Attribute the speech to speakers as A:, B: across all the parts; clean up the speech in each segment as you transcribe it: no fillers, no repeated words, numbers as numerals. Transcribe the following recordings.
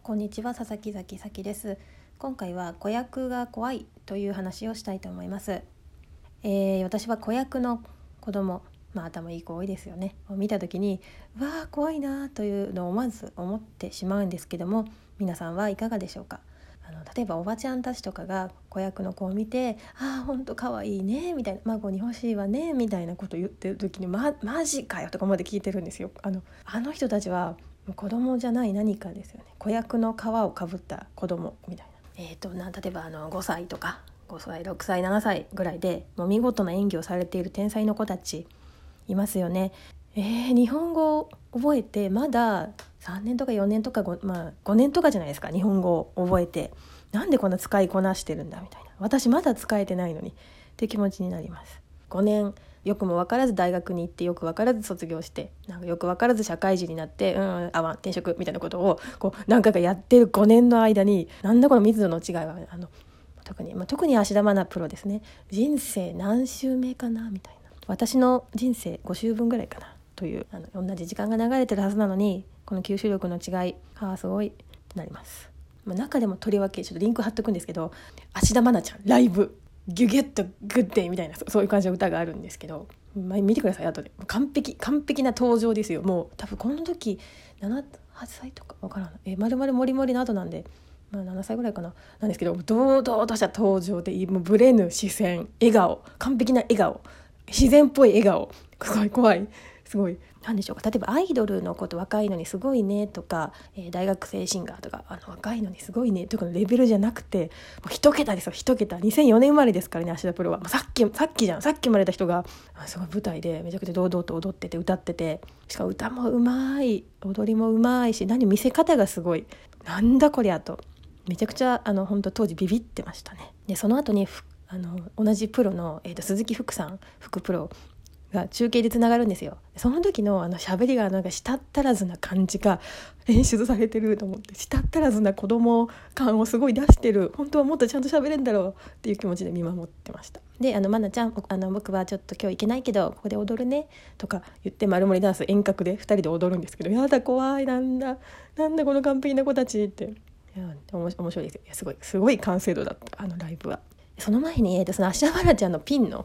A: こんにちは、佐々木咲です。今回は子役が怖いという話をしたいと思います。私は子役の子供、頭いい子多いですよね。見た時にわー怖いなというのをまず思ってしまうんですけども、皆さんはいかがでしょうか。例えばおばちゃんたちとかが子役の子を見て、ほんと可愛いねみたいな、孫に欲しいわねみたいなことを言ってる時に、マジかよとかまで聞いてるんですよ。あの人たちは子供じゃない何かですよね。子役の皮をかぶった子供みたいな。例えば5歳とか5歳6歳7歳ぐらいでもう見事な演技をされている天才の子たちいますよね。日本語を覚えてまだ3年とか4年とか 5年とかじゃないですか。日本語を覚えてなんでこんな使いこなしてるんだみたいな、私まだ使えてないのにって気持ちになります。5年よくも分からず大学に行って、よく分からず卒業して、よく分からず社会人になって、転職みたいなことを何回かやってる5年の間に、なんだこの密度の違いは。特に芦田愛菜プロですね。人生何周目かなみたいな、私の人生5周分ぐらいかなという、同じ時間が流れてるはずなのに、この吸収力の違いすごいってなります。中でもとりわけちょっとリンク貼っとくんですけど、芦田愛菜ちゃんライブギュギュッとグッデイみたいな、そういう感じの歌があるんですけど、見てください後で。完璧な登場ですよ。もう多分この時7、8歳とか分からん、丸々モリモリの後なんで、7歳ぐらいかななんですけど、堂々とした登場で、もうブレぬ視線、笑顔、完璧な笑顔、自然っぽい笑顔、すごい怖い、すごいなんでしょうか。例えばアイドルのこと若いのにすごいねとか、大学生シンガーとか若いのにすごいねとかのレベルじゃなくて、もう一桁ですよ。一桁。2004年生まれですからね、芦田プロは。さっき生まれた人がすごい舞台でめちゃくちゃ堂々と踊ってて歌ってて、しかも歌もうまい、踊りもうまいし、見せ方がすごい、なんだこりゃとめちゃくちゃ本当当時ビビってましたね。でその後に同じプロの、鈴木福さん、福プロが中継でつながるんですよ。その時の喋りがしたったらずな感じが演出されてると思って、したったらずな子供感をすごい出してる。本当はもっとちゃんと喋れるんだろうっていう気持ちで見守ってました。で愛菜ちゃん、僕はちょっと今日行けないけどここで踊るねとか言って丸森ダンス遠隔で2人で踊るんですけど、やだ怖い、なんだこの完璧な子たちって。面白いですよ。すごい完成度だったライブは。その前に、その芦田愛菜ちゃんのピンの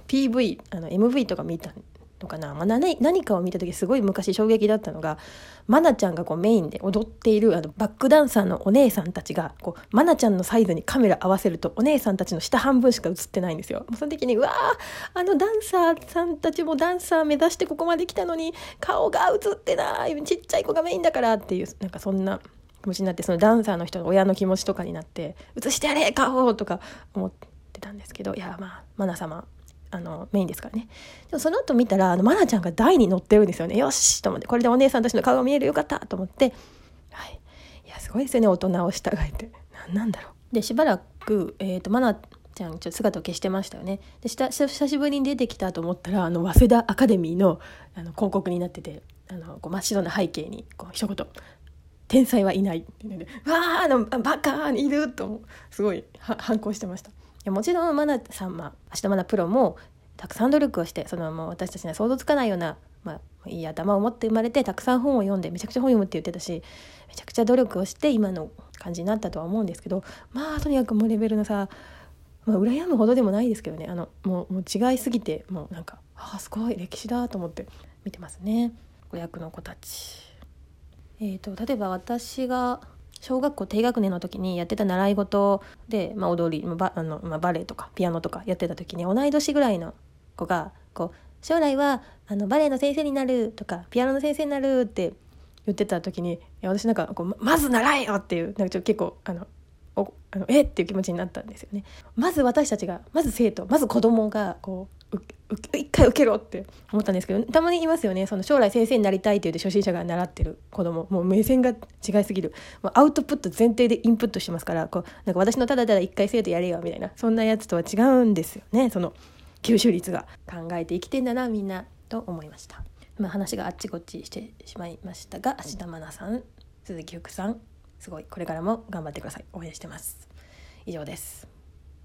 A: PV、MV とか見たのかな、何かを見た時すごい昔衝撃だったのが、愛菜ちゃんがメインで踊っているバックダンサーのお姉さんたちが愛菜ちゃんのサイズにカメラ合わせるとお姉さんたちの下半分しか映ってないんですよ。その時にダンサーさんたちもダンサー目指してここまで来たのに顔が映ってない、ちっちゃい子がメインだからっていう、そんな気持ちになって、そのダンサーの人の親の気持ちとかになって映してやれ顔とか思ってたんですけど、愛菜様メインですからね。でもその後見たら愛菜ちゃんが台に乗ってるんですよね。よしと思って、これでお姉さんたちの顔が見える、よかったと思って、すごいですよね、大人を従えて。なんだろう。でしばらく愛菜ちゃんちょっと姿を消してましたよね。で久しぶりに出てきたと思ったら早稲田アカデミーの広告になってて、真っ白な背景に一言天才はいないっていうので、バカいるとすごい反抗してました。もちろん愛菜さん、芦田愛菜プロもたくさん努力をして、もう私たちには想像つかないような、いい頭を持って生まれて、たくさん本を読んで、めちゃくちゃ本を読むって言ってたし、めちゃくちゃ努力をして今の感じになったとは思うんですけど、とにかくもうレベルの差、羨むほどでもないですけどね、もう違いすぎて、もうすごい歴史だと思って見てますね、子役の子たち。例えば私が小学校低学年の時にやってた習い事で、踊り、バレエとかピアノとかやってた時に、同い年ぐらいの子が将来はバレエの先生になるとかピアノの先生になるって言ってた時に、私まず習えよっていう、結構っていう気持ちになったんですよね。まず私たちが、まず生徒、まず子供が一回受けろって思ったんですけど、たまにいますよね。その将来先生になりたいって言って初心者が習ってる子供、もう目線が違いすぎる。アウトプット前提でインプットしてますから、私のただ一回生徒やれよみたいな、そんなやつとは違うんですよね。その吸収率が。考えて生きてんだなみんなと思いました。話があっちこっちしてしまいましたが、芦田愛菜さん、鈴木福さん、すごいこれからも頑張ってください。応援してます。以上です。